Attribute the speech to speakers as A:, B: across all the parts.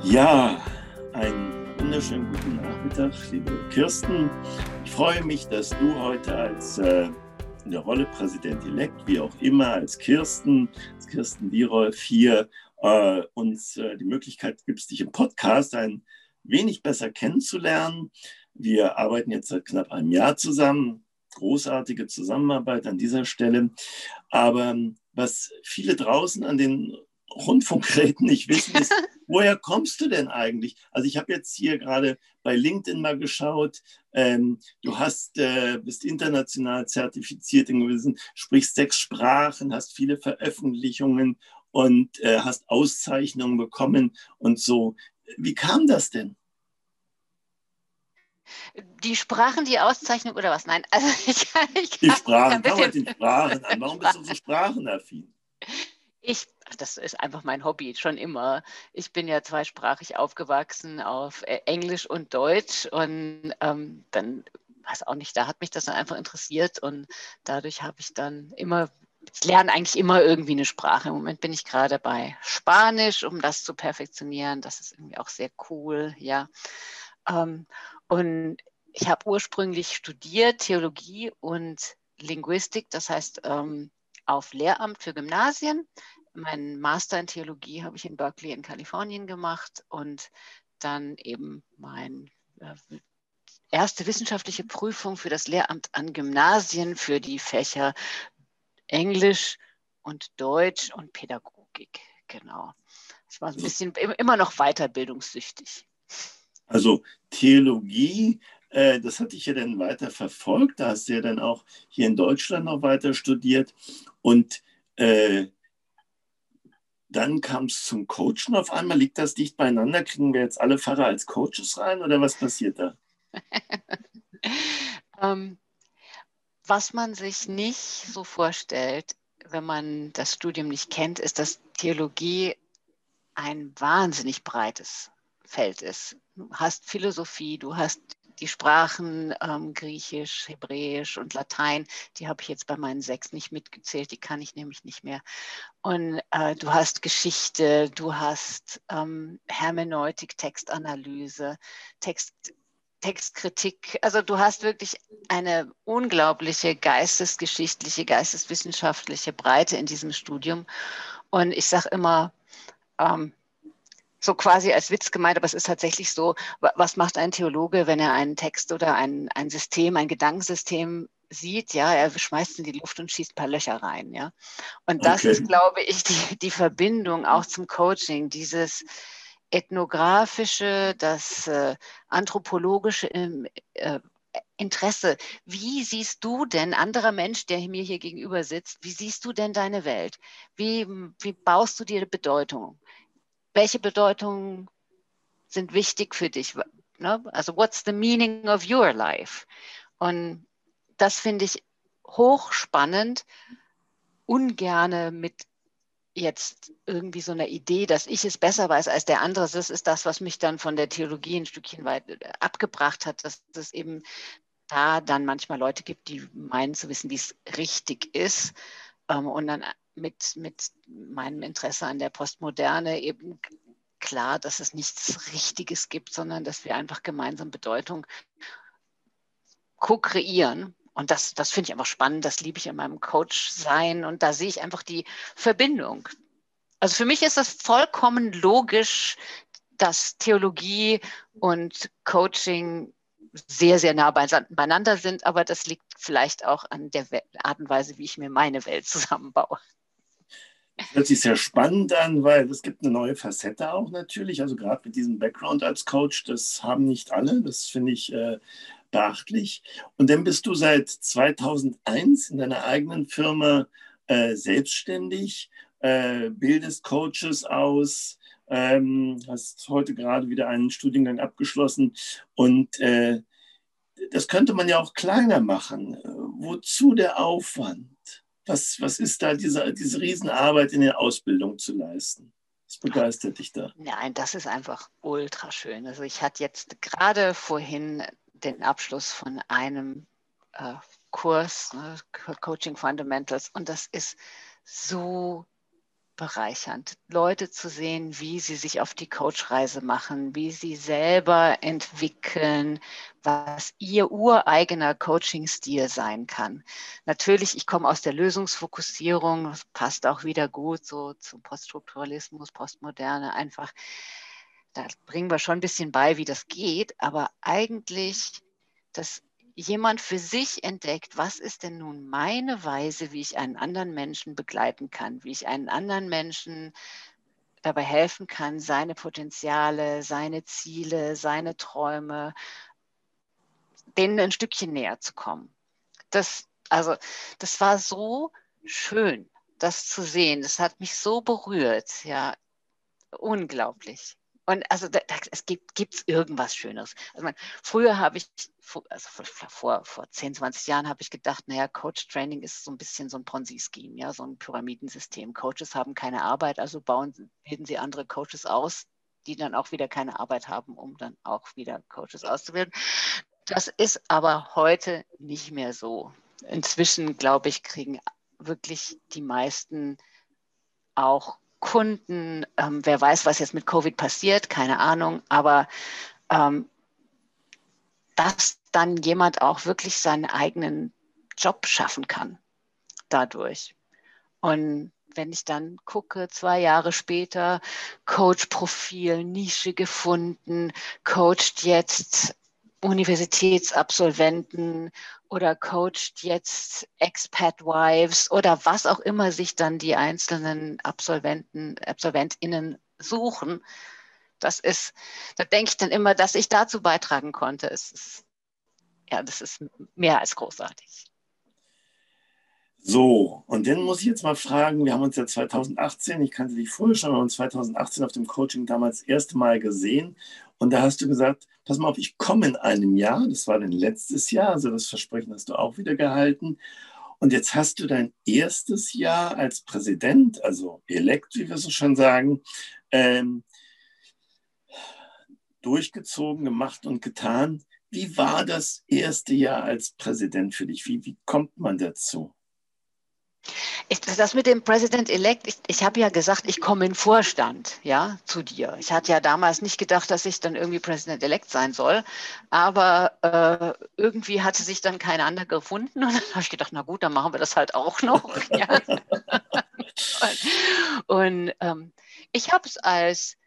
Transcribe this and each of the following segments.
A: Ja, einen wunderschönen guten Nachmittag, liebe Kirsten. Ich freue mich, dass du heute in der Rolle Präsident-elect, wie auch immer, als Kirsten Dierolf hier uns die Möglichkeit gibst, dich im Podcast ein wenig besser kennenzulernen. Wir arbeiten jetzt seit knapp einem Jahr zusammen. Großartige Zusammenarbeit an dieser Stelle. Aber was viele draußen an den Rundfunkgeräten nicht wissen, ist, woher kommst du denn eigentlich? Also ich habe jetzt hier gerade bei LinkedIn mal geschaut, bist international zertifiziert in gewissen, sprichst 6 Sprachen, hast viele Veröffentlichungen und hast Auszeichnungen bekommen und so. Wie kam das denn?
B: Die Sprachen, die Auszeichnung oder was? Nein, also
A: Die Sprachen, fangen wir mit den Sprachen an. Warum bist du so sprachenaffin?
B: Das ist einfach mein Hobby, schon immer. Ich bin ja zweisprachig aufgewachsen auf Englisch und Deutsch und dann, weiß auch nicht, da hat mich das dann einfach interessiert und dadurch habe ich dann ich lerne eigentlich immer irgendwie eine Sprache. Im Moment bin ich gerade bei Spanisch, um das zu perfektionieren. Das ist irgendwie auch sehr cool, ja. Und ich habe ursprünglich studiert Theologie und Linguistik, das heißt auf Lehramt für Gymnasien. Meinen Master in Theologie habe ich in Berkeley in Kalifornien gemacht und dann eben meine erste wissenschaftliche Prüfung für das Lehramt an Gymnasien für die Fächer Englisch und Deutsch und Pädagogik. Genau. Ich war so ein bisschen immer noch weiterbildungssüchtig.
A: Also Theologie, das hatte ich ja dann weiter verfolgt. Da hast du ja dann auch hier in Deutschland noch weiter studiert. Und dann kam es zum Coachen auf einmal. Liegt das dicht beieinander? Kriegen wir jetzt alle Pfarrer als Coaches rein oder was passiert da?
B: Was man sich nicht so vorstellt, wenn man das Studium nicht kennt, ist, dass Theologie ein wahnsinnig breites Feld ist. Du hast Philosophie, du hast die Sprachen Griechisch, Hebräisch und Latein, die habe ich jetzt bei meinen 6 nicht mitgezählt, die kann ich nämlich nicht mehr. Und du hast Geschichte, du hast Hermeneutik, Textanalyse, Textkritik. Also du hast wirklich eine unglaubliche geistesgeschichtliche, geisteswissenschaftliche Breite in diesem Studium. Und ich sage immer, so quasi als Witz gemeint, aber es ist tatsächlich so, was macht ein Theologe, wenn er einen Text oder ein System, ein Gedankensystem sieht, ja, er schmeißt es in die Luft und schießt ein paar Löcher rein, ja. Und das ist, glaube ich, die Verbindung auch zum Coaching, dieses ethnografische, das anthropologische Interesse. Wie siehst du denn, anderer Mensch, der mir hier gegenüber sitzt, wie siehst du denn deine Welt? Wie baust du dir Bedeutung? Welche Bedeutungen sind wichtig für dich? Ne? Also, what's the meaning of your life? Und das finde ich hochspannend, ungerne mit jetzt irgendwie so einer Idee, dass ich es besser weiß als der andere. Das ist das, was mich dann von der Theologie ein Stückchen weit abgebracht hat, dass es eben da dann manchmal Leute gibt, die meinen zu wissen, wie es richtig ist und dann mit meinem Interesse an der Postmoderne eben klar, dass es nichts Richtiges gibt, sondern dass wir einfach gemeinsam Bedeutung co-kreieren. Und das finde ich einfach spannend, das liebe ich in meinem Coach-Sein und da sehe ich einfach die Verbindung. Also für mich ist das vollkommen logisch, dass Theologie und Coaching sehr, sehr nah beieinander sind, aber das liegt vielleicht auch an der Art und Weise, wie ich mir meine Welt zusammenbaue.
A: Das hört sich sehr spannend an, weil es gibt eine neue Facette auch natürlich. Also gerade mit diesem Background als Coach, das haben nicht alle. Das finde ich beachtlich. Und dann bist du seit 2001 in deiner eigenen Firma selbstständig, bildest Coaches aus, hast heute gerade wieder einen Studiengang abgeschlossen und das könnte man ja auch kleiner machen. Wozu der Aufwand? Was ist da diese Riesenarbeit in der Ausbildung zu leisten? Was begeistert dich da?
B: Nein, das ist einfach ultra schön. Also ich hatte jetzt gerade vorhin den Abschluss von einem Kurs, ne, Coaching Fundamentals, und das ist so bereichernd, Leute zu sehen, wie sie sich auf die Coachreise machen, wie sie selber entwickeln, was ihr ureigener Coaching-Stil sein kann. Natürlich, ich komme aus der Lösungsfokussierung, das passt auch wieder gut so zum Poststrukturalismus, Postmoderne, einfach, da bringen wir schon ein bisschen bei, wie das geht, aber eigentlich das jemand für sich entdeckt, was ist denn nun meine Weise, wie ich einen anderen Menschen begleiten kann, wie ich einen anderen Menschen dabei helfen kann, seine Potenziale, seine Ziele, seine Träume, denen ein Stückchen näher zu kommen. Das war so schön, das zu sehen. Das hat mich so berührt, ja, unglaublich. Und also es gibt irgendwas Schöneres. Also früher habe ich, also vor 10, 20 Jahren habe ich gedacht, naja, Coach-Training ist so ein bisschen so ein Ponzi-Scheme, ja, so ein Pyramidensystem. Coaches haben keine Arbeit, also bilden sie andere Coaches aus, die dann auch wieder keine Arbeit haben, um dann auch wieder Coaches auszubilden. Das ist aber heute nicht mehr so. Inzwischen, glaube ich, kriegen wirklich die meisten auch Kunden, wer weiß, was jetzt mit Covid passiert, keine Ahnung, aber dass dann jemand auch wirklich seinen eigenen Job schaffen kann dadurch. Und wenn ich dann gucke, 2 Jahre später, Coach-Profil, Nische gefunden, coacht jetzt Universitätsabsolventen oder coacht jetzt Expat-Wives oder was auch immer sich dann die einzelnen AbsolventInnen suchen. Da denke ich dann immer, dass ich dazu beitragen konnte. Das ist mehr als großartig.
A: So, und dann muss ich jetzt mal fragen, wir haben uns ja 2018, ich kannte dich vorher schon, wir haben uns 2018 auf dem Coaching damals das erste Mal gesehen und da hast du gesagt, pass mal auf, ich komme in einem Jahr, das war dann letztes Jahr, also das Versprechen hast du auch wieder gehalten und jetzt hast du dein erstes Jahr als Präsident, also elect, wie wir so schon sagen, durchgezogen, gemacht und getan. Wie war das erste Jahr als Präsident für dich? Wie kommt man dazu?
B: Das mit dem President-elect, ich habe ja gesagt, ich komme in Vorstand, ja, zu dir. Ich hatte ja damals nicht gedacht, dass ich dann irgendwie President-elect sein soll, aber irgendwie hatte sich dann kein anderer gefunden und dann habe ich gedacht, na gut, dann machen wir das halt auch noch. Ja. Und ich habe es als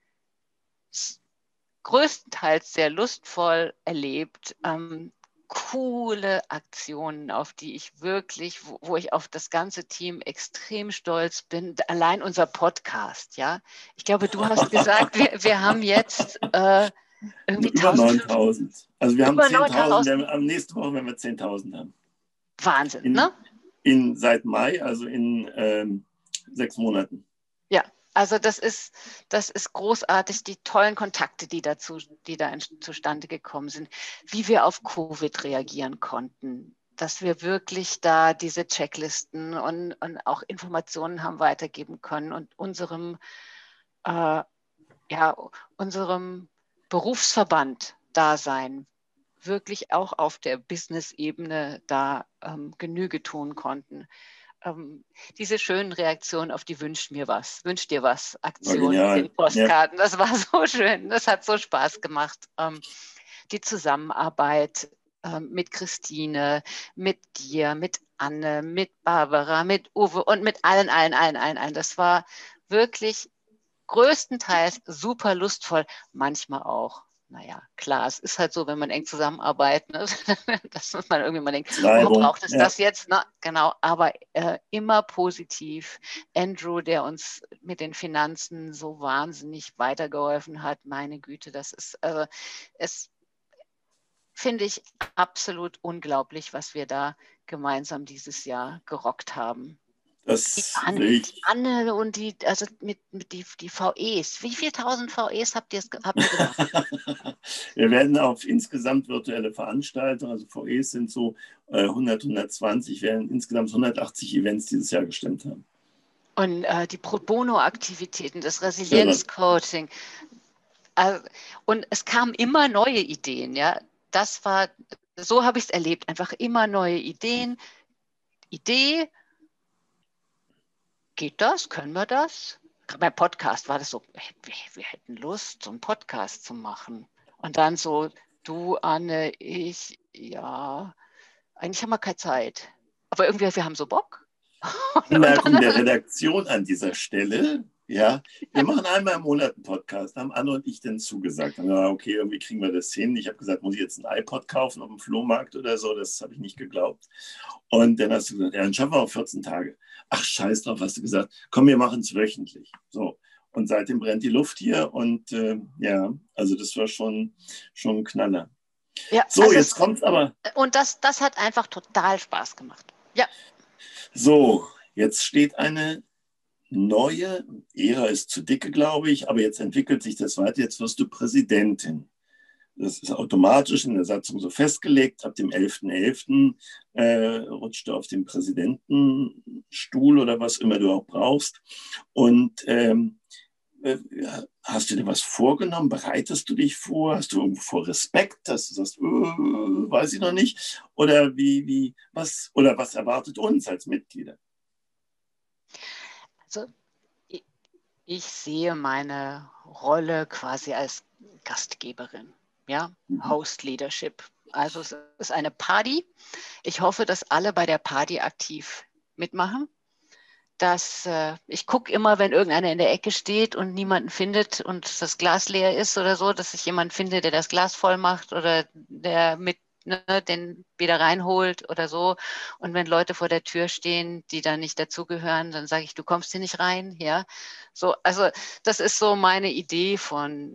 B: größtenteils sehr lustvoll erlebt, coole Aktionen, auf die ich wirklich, wo ich auf das ganze Team extrem stolz bin. Allein unser Podcast, ja. Ich glaube, du hast gesagt, wir haben jetzt irgendwie
A: über 9.000. Also wir haben 10.000, am nächsten Woche werden wir 10.000 haben.
B: Wahnsinn, ne?
A: Seit Mai, also in 6 Monaten.
B: Ja, also das ist großartig, die tollen Kontakte, die da zustande gekommen sind, wie wir auf Covid reagieren konnten, dass wir wirklich da diese Checklisten und auch Informationen haben weitergeben können und unserem Berufsverband Dasein wirklich auch auf der Business-Ebene da Genüge tun konnten. Diese schönen Reaktionen auf die Wünsch dir was Aktionen in den Postkarten, ja. Das war so schön, das hat so Spaß gemacht. Die Zusammenarbeit mit Christine, mit dir, mit Anne, mit Barbara, mit Uwe und mit allen, das war wirklich größtenteils super lustvoll, manchmal auch. Naja, klar, es ist halt so, wenn man eng zusammenarbeitet, ne? Dass man irgendwie mal denkt, braucht es das jetzt? Na, genau, aber immer positiv. Andrew, der uns mit den Finanzen so wahnsinnig weitergeholfen hat, meine Güte, das ist, es finde ich absolut unglaublich, was wir da gemeinsam dieses Jahr gerockt haben. Die Anne und die VEs. Wie viele tausend VEs habt ihr gemacht?
A: Wir werden auf insgesamt virtuelle Veranstaltungen, also VEs sind so 100, 120, werden insgesamt 180 Events dieses Jahr gestemmt haben.
B: Und die Pro-Bono-Aktivitäten, das Resilienz-Coaching. Und es kamen immer neue Ideen. Ja? So habe ich es erlebt, einfach immer neue Ideen. geht das? Können wir das? Beim Podcast war das so, wir hätten Lust, so einen Podcast zu machen. Und dann so, du, Anne, ich, ja, eigentlich haben wir keine Zeit. Aber irgendwie, wir haben so Bock. Und
A: Anmerkung der
B: dann,
A: Redaktion an dieser Stelle. Ja, wir machen einmal im Monat einen Podcast, haben Anne und ich dann zugesagt. Dann, okay, irgendwie kriegen wir das hin. Ich habe gesagt, muss ich jetzt ein iPod kaufen auf dem Flohmarkt oder so? Das habe ich nicht geglaubt. Und dann hast du gesagt, ja, dann schaffen wir auch 14 Tage. Ach, scheiß drauf, hast du gesagt. Komm, wir machen es wöchentlich. So. Und seitdem brennt die Luft hier. Und ja, also das war schon ein Knaller.
B: ja,
A: So,
B: also
A: jetzt kommt's aber.
B: und das hat einfach total Spaß gemacht. Ja.
A: So, jetzt steht eine neue Ära, ist zu dicke, glaube ich, aber jetzt entwickelt sich das weiter. Jetzt wirst du Präsidentin. Das ist automatisch in der Satzung so festgelegt. Ab dem 11.11. Rutscht du auf den Präsidentenstuhl oder was immer du auch brauchst. Und hast du dir was vorgenommen? Bereitest du dich vor? Hast du irgendwo vor Respekt, dass du sagst, weiß ich noch nicht? Oder was erwartet uns als Mitglieder?
B: Also ich sehe meine Rolle quasi als Gastgeberin, ja, Host Leadership. Also es ist eine Party. Ich hoffe, dass alle bei der Party aktiv mitmachen. Ich gucke immer, wenn irgendeiner in der Ecke steht und niemanden findet und das Glas leer ist oder so, dass ich jemanden finde, der das Glas voll macht oder der den wieder reinholt oder so. Und wenn Leute vor der Tür stehen, die da nicht dazugehören, dann sage ich, du kommst hier nicht rein. Ja, so, also das ist so meine Idee von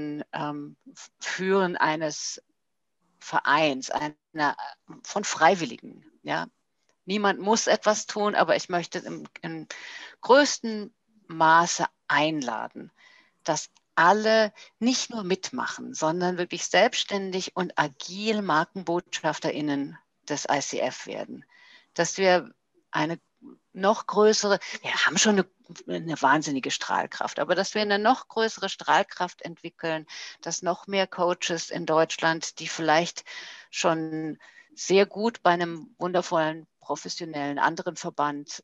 B: Führen eines Vereins, von Freiwilligen. Ja, niemand muss etwas tun, aber ich möchte im größten Maße einladen, dass alle nicht nur mitmachen, sondern wirklich selbstständig und agil MarkenbotschafterInnen des ICF werden. Dass wir eine noch größere, wir haben schon eine wahnsinnige Strahlkraft, aber dass wir eine noch größere Strahlkraft entwickeln, dass noch mehr Coaches in Deutschland, die vielleicht schon sehr gut bei einem wundervollen, professionellen anderen Verband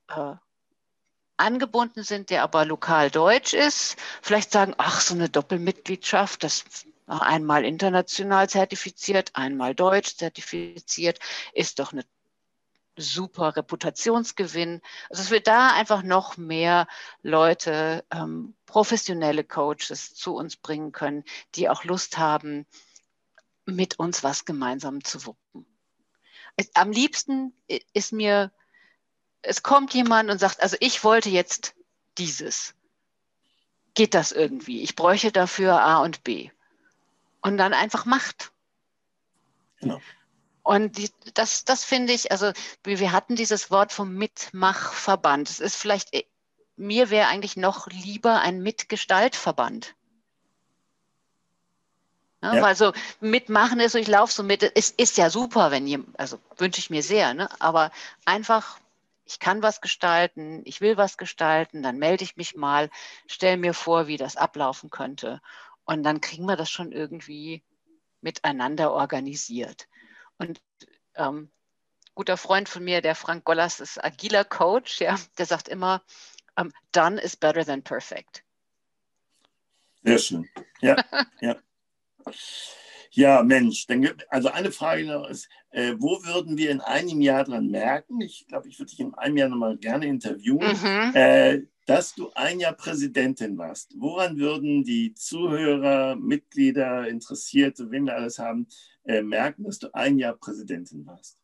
B: angebunden sind, der aber lokal deutsch ist, vielleicht sagen, ach, so eine Doppelmitgliedschaft, das einmal international zertifiziert, einmal deutsch zertifiziert, ist doch eine super Reputationsgewinn. Also dass wir da einfach noch mehr Leute, professionelle Coaches zu uns bringen können, die auch Lust haben, mit uns was gemeinsam zu wuppen. Am liebsten ist mir, es kommt jemand und sagt, also ich wollte jetzt dieses. Geht das irgendwie? Ich bräuchte dafür A und B. Und dann einfach macht.
A: Genau.
B: Und das finde ich, also wir hatten dieses Wort vom Mitmachverband. Es ist vielleicht, mir wäre eigentlich noch lieber ein Mitgestaltverband. Ja,
A: Ja.
B: weil so mitmachen ist, so ich laufe so mit, ist ja super, also wünsche ich mir sehr, ne? Aber einfach, ich kann was gestalten, ich will was gestalten, dann melde ich mich mal, stelle mir vor, wie das ablaufen könnte. Und dann kriegen wir das schon irgendwie miteinander organisiert. Und guter Freund von mir, der Frank Gollas, ist agiler Coach, ja, der sagt immer, done is better than perfect.
A: Sehr schön. Ja, ja. Ja, Mensch, also eine Frage noch ist, wo würden wir in einem Jahr dran merken? Ich glaube, ich würde dich in einem Jahr nochmal gerne interviewen, dass du ein Jahr Präsidentin warst. Woran würden die Zuhörer, Mitglieder, Interessierte, wen wir alles haben, merken, dass du ein Jahr Präsidentin warst?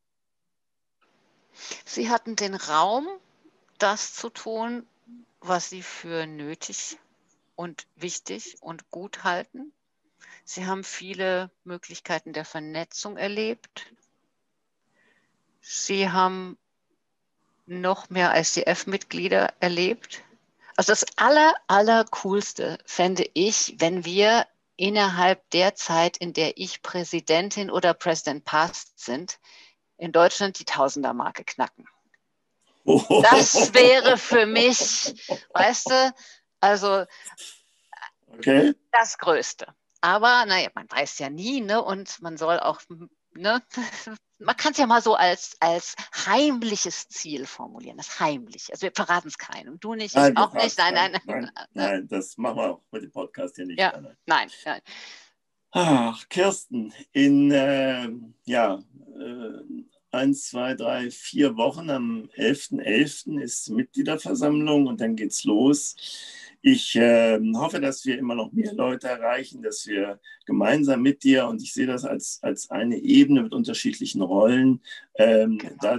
B: Sie hatten den Raum, das zu tun, was sie für nötig und wichtig und gut halten. Sie haben viele Möglichkeiten der Vernetzung erlebt. Sie haben noch mehr ICF-Mitglieder erlebt. Also das Allercoolste fände ich, wenn wir innerhalb der Zeit, in der ich Präsidentin oder President Past sind, in Deutschland die Tausender-Marke knacken. Das wäre für mich, weißt du, also
A: okay.
B: das Größte. Aber naja, man weiß ja nie, ne? Und man soll auch, ne? man kann es ja mal so als heimliches Ziel formulieren, das heimlich. Also wir verraten es keinem. Du nicht,
A: Nein,
B: ich auch nicht.
A: Nein, das machen wir auch mit dem Podcast hier nicht.
B: Ja, nein.
A: Ach, Kirsten, in 1, 2, 3, 4 Wochen, am 11.11. ist Mitgliederversammlung und dann geht's los. Ich hoffe, dass wir immer noch mehr Leute erreichen, dass wir gemeinsam mit dir, und ich sehe das als eine Ebene mit unterschiedlichen Rollen, da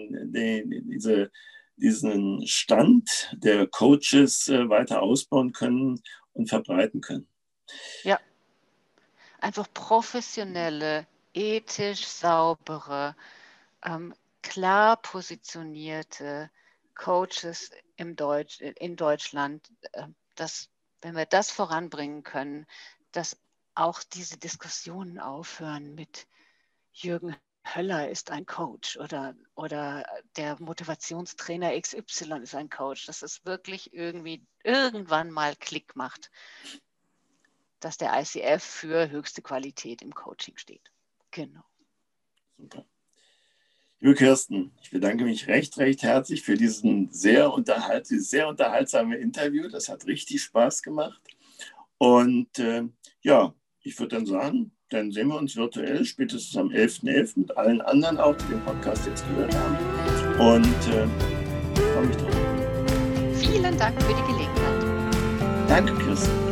A: diesen Stand der Coaches weiter ausbauen können und verbreiten können.
B: Ja, einfach professionelle, ethisch saubere, klar positionierte Coaches in Deutschland, dass, wenn wir das voranbringen können, dass auch diese Diskussionen aufhören mit Jürgen Höller ist ein Coach oder der Motivationstrainer XY ist ein Coach, dass es wirklich irgendwann mal Klick macht, dass der ICF für höchste Qualität im Coaching steht. Genau.
A: Super. Liebe Kirsten, ich bedanke mich recht herzlich für diesen sehr unterhaltsame Interview. Das hat richtig Spaß gemacht. Und ich würde dann sagen, dann sehen wir uns virtuell spätestens am 11.11. mit allen anderen auch, die den Podcast jetzt gehört haben. Und freue mich drauf.
B: Vielen Dank für die Gelegenheit.
A: Danke, Kirsten.